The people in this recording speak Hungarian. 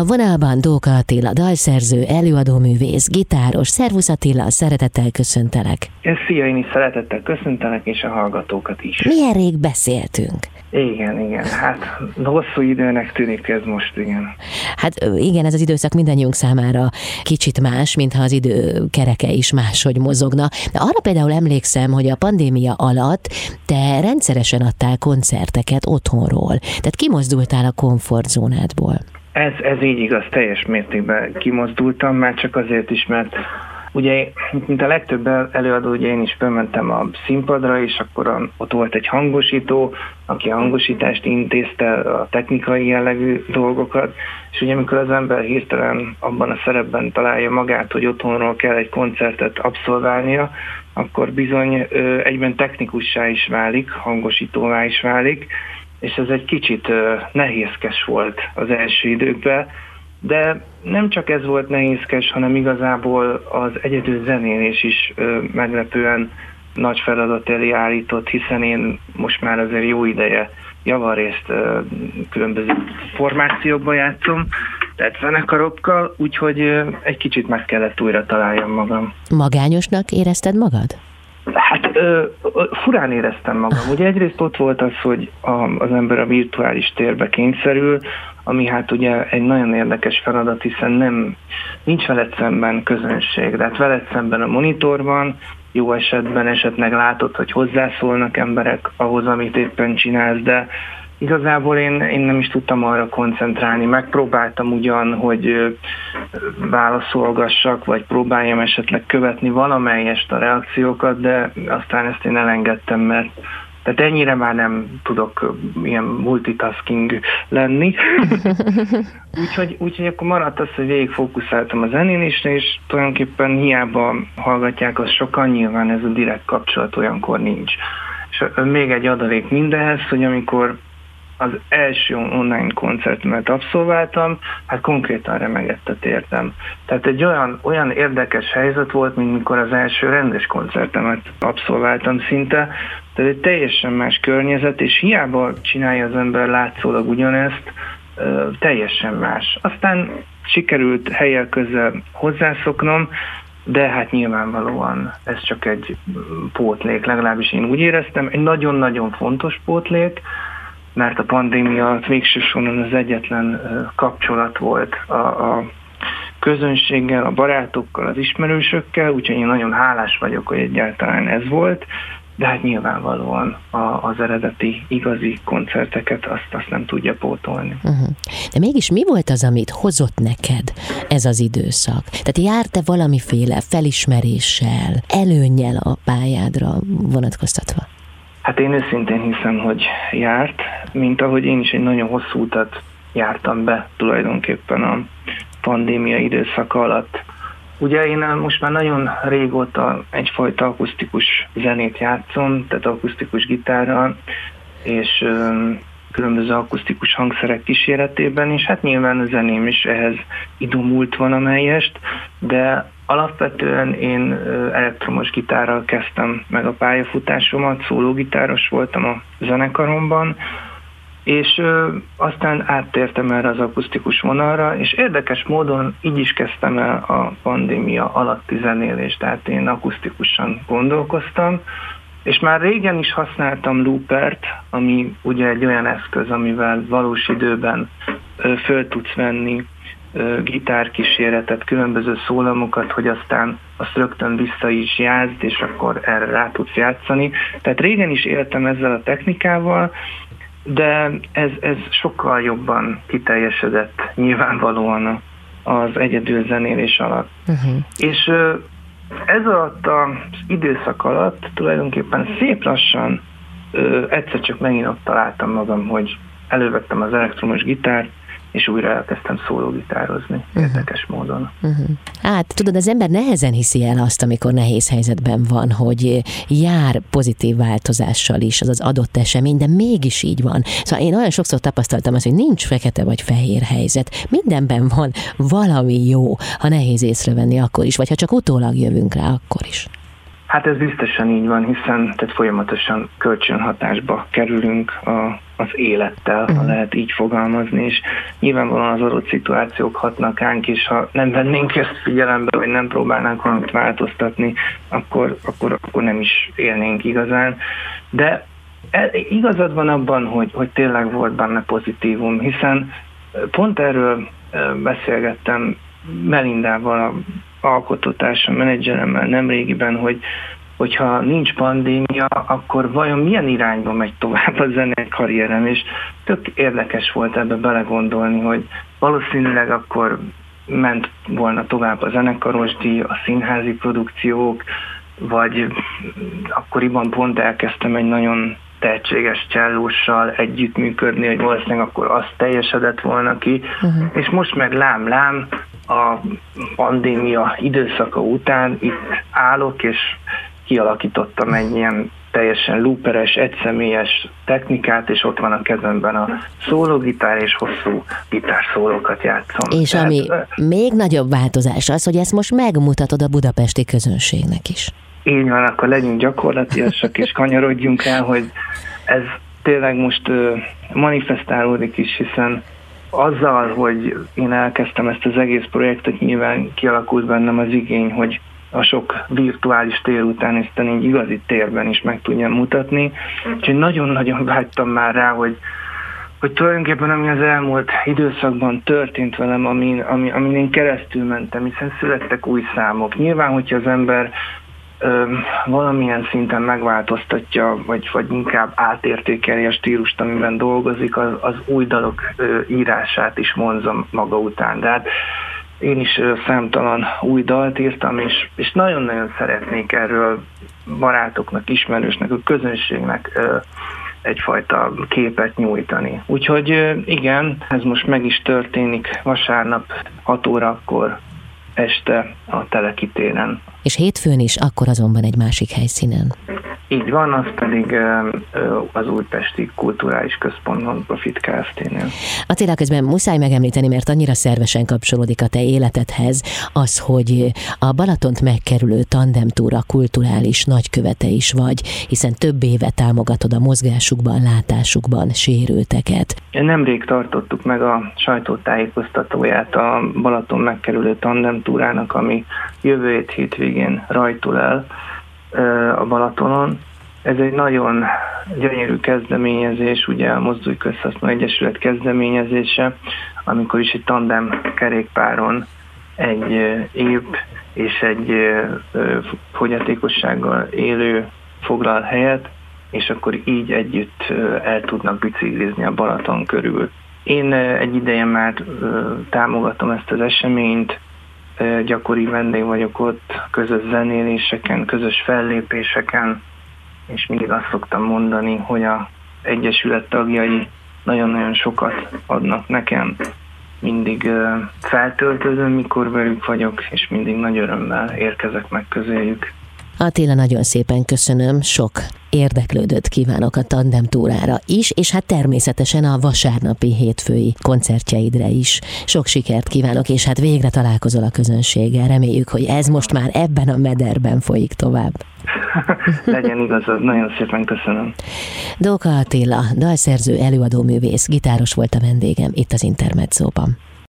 A vonalban Dóka Attila, dalszerző, előadóművész, gitáros. Szervusz Attila, szeretettel köszöntelek. Szia, én is szeretettel köszöntelek, és a hallgatókat is. Milyen rég beszéltünk? Igen, hát hosszú időnek tűnik ez most, igen. Hát igen, ez az időszak mindannyiunk számára kicsit más, mintha az idő kereke is máshogy mozogna. De arra például emlékszem, hogy a pandémia alatt te rendszeresen adtál koncerteket otthonról. Tehát kimozdultál a komfortzónádból. Ez így igaz, teljes mértékben kimozdultam, már csak azért is, mert ugye, mint a legtöbb előadó, ugye én is bementem a színpadra, és akkor ott volt egy hangosító, aki a hangosítást intézte, a technikai jellegű dolgokat, és ugye amikor az ember hirtelen abban a szerepben találja magát, hogy otthonról kell egy koncertet abszolválnia, akkor bizony egyben technikussá is válik, hangosítóvá is válik, és ez egy kicsit nehézkes volt az első időkben, de nem csak ez volt nehézkes, hanem igazából az egyedül zenélés is meglepően nagy feladat elé állított, hiszen én most már azért jó ideje javarészt különböző formációkban játszom, tehát zenekarokkal, úgyhogy egy kicsit meg kellett újra találjam magam. Magányosnak érezted magad? Hát furán éreztem magam. Ugye egyrészt ott volt az, hogy az ember a virtuális térbe kényszerül, ami hát ugye egy nagyon érdekes feladat, hiszen nincs veled szemben közönség, de hát veled szemben a monitorban, jó esetben esetleg látod, hogy hozzászólnak emberek ahhoz, amit éppen csinálsz, de igazából én nem is tudtam arra koncentrálni. Megpróbáltam ugyan, hogy válaszolgassak, vagy próbáljam esetleg követni valamelyest a reakciókat, de aztán ezt én elengedtem, mert tehát ennyire már nem tudok ilyen multitasking lenni. Úgyhogy akkor maradt az, hogy végig fókuszáltam a zenélésre, és tulajdonképpen hiába hallgatják azt sokan, nyilván ez a direkt kapcsolat olyankor nincs. És még egy adalék mindenhez, hogy amikor az első online koncertemet abszolváltam, hát konkrétan remegettet értem. Tehát egy olyan érdekes helyzet volt, mint mikor az első rendes koncertemet abszolváltam szinte, tehát egy teljesen más környezet, és hiába csinálja az ember látszólag ugyanezt, teljesen más. Aztán sikerült helyel közel hozzászoknom, de hát nyilvánvalóan ez csak egy pótlék, legalábbis én úgy éreztem, egy nagyon-nagyon fontos pótlék, mert a pandémia végső soron az egyetlen kapcsolat volt a közönséggel, a barátokkal, az ismerősökkel, úgyhogy én nagyon hálás vagyok, hogy egyáltalán ez volt, de hát nyilvánvalóan az eredeti, igazi koncerteket azt nem tudja pótolni. De mégis mi volt az, amit hozott neked ez az időszak? Tehát járt-e valamiféle felismeréssel, előnnyel a pályádra vonatkoztatva? Hát én őszintén hiszem, hogy járt, mint ahogy én is egy nagyon hosszú utat jártam be tulajdonképpen a pandémia időszaka alatt. Ugye én most már nagyon régóta egyfajta akusztikus zenét játszom, tehát akusztikus gitárral, és különböző akusztikus hangszerek kíséretében, és hát nyilván a zeném is ehhez idomult valamelyest, de alapvetően én elektromos gitárral kezdtem meg a pályafutásomat, szólógitáros voltam a zenekaromban, és aztán áttértem erre az akusztikus vonalra, és érdekes módon így is kezdtem el a pandémia alatti zenélést, tehát én akusztikusan gondolkoztam, és már régen is használtam loopert, ami ugye egy olyan eszköz, amivel valós időben föl tudsz venni gitárkíséretet, különböző szólamokat, hogy aztán azt rögtön vissza is játszd, és akkor erre rá tudsz játszani. Tehát régen is éltem ezzel a technikával, de ez sokkal jobban kiteljesedett nyilvánvalóan az egyedül zenélés alatt. És ez alatt az időszak alatt tulajdonképpen szép lassan egyszer csak megint ott találtam magam, hogy elővettem az elektromos gitárt, és újra elkezdtem szólógitározni, érdekes módon. Hát tudod, az ember nehezen hiszi el azt, amikor nehéz helyzetben van, hogy jár pozitív változással is az adott esemény, de mégis így van. Szóval én olyan sokszor tapasztaltam azt, hogy nincs fekete vagy fehér helyzet. Mindenben van valami jó, ha nehéz észrevenni akkor is, vagy ha csak utólag jövünk rá, akkor is. Hát ez biztosan így van, hiszen tehát folyamatosan kölcsönhatásba kerülünk az élettel, ha lehet így fogalmazni, és nyilvánvalóan az adott szituációk hatnak ránk, és ha nem vennénk ezt figyelembe, vagy nem próbálnánk valamit változtatni, akkor nem is élnénk igazán. De igazad van abban, hogy tényleg volt benne pozitívum, hiszen pont erről beszélgettem Melindával, a alkotótársam, menedzseremmel nemrégiben, hogyha nincs pandémia, akkor vajon milyen irányba megy tovább a zenei karrierem, és tök érdekes volt ebbe belegondolni, hogy valószínűleg akkor ment volna tovább a zenekarosdíj, a színházi produkciók, vagy akkoriban pont elkezdtem egy nagyon tehetséges csellóssal együttműködni, hogy valószínűleg akkor az teljesedett volna ki, és most meg lám, a pandémia időszaka után itt állok, és kialakítottam egy ilyen teljesen looperes, egyszemélyes technikát, és ott van a kezemben a szólógitár, és hosszú gitárszólókat játszom. És ami még nagyobb változás az, hogy ezt most megmutatod a budapesti közönségnek is. Így van, akkor legyünk gyakorlatiasak, és kanyarodjunk el, hogy ez tényleg most manifestálódik is, hiszen azzal, hogy én elkezdtem ezt az egész projektet, nyilván kialakult bennem az igény, hogy a sok virtuális tér után ezt egy igazi térben is meg tudjam mutatni. Úgyhogy nagyon-nagyon vágytam már rá, hogy tulajdonképpen ami az elmúlt időszakban történt velem, amin én keresztül mentem, hiszen születtek új számok. Nyilván, hogyha az ember valamilyen szinten megváltoztatja, vagy inkább átértékeli a stílust, amiben dolgozik, az új dalok írását is vonzom maga után. De hát én is számtalan új dalt írtam, és nagyon-nagyon szeretnék erről barátoknak, ismerősnek, a közönségnek egyfajta képet nyújtani. Úgyhogy igen, ez most meg is történik vasárnap 6 órakor este a Teleki téren. És hétfőn is, akkor azonban egy másik helyszínen. Így van, az pedig az Újpesti Kulturális Központ Non-Profit Kft-nél. Attila, közben muszáj megemlíteni, mert annyira szervesen kapcsolódik a te életedhez, az, hogy a Balatont megkerülő tandemtúra kulturális nagykövete is vagy, hiszen több éve támogatod a mozgásukban, látásukban sérülteket. Nemrég tartottuk meg a sajtótájékoztatóját a Balaton megkerülő tandemtúrának, ami jövő hétvégén rajtul el a Balatonon. Ez egy nagyon gyönyörű kezdeményezés, ugye a Mozdulj Közhasznú Egyesület kezdeményezése, amikor is egy tandem kerékpáron egy épp és egy fogyatékossággal élő foglal helyet, és akkor így együtt el tudnak biciklizni a Balaton körül. Én egy ideje már támogatom ezt az eseményt, gyakori vendég vagyok ott, közös zenéléseken, közös fellépéseken, és mindig azt szoktam mondani, hogy az Egyesület tagjai nagyon-nagyon sokat adnak nekem. Mindig feltöltődöm, mikor velük vagyok, és mindig nagy örömmel érkezek meg közéjük. Attila, nagyon szépen köszönöm, sok érdeklődőt kívánok a tandemtúrára is, és hát természetesen a vasárnapi hétfői koncertjeidre is. Sok sikert kívánok, és hát végre találkozol a közönséggel. Reméljük, hogy ez most már ebben a mederben folyik tovább. Legyen igazad, nagyon szépen köszönöm. Dóka Attila, dalszerző, előadóművész, gitáros volt a vendégem itt az Intermedzóban.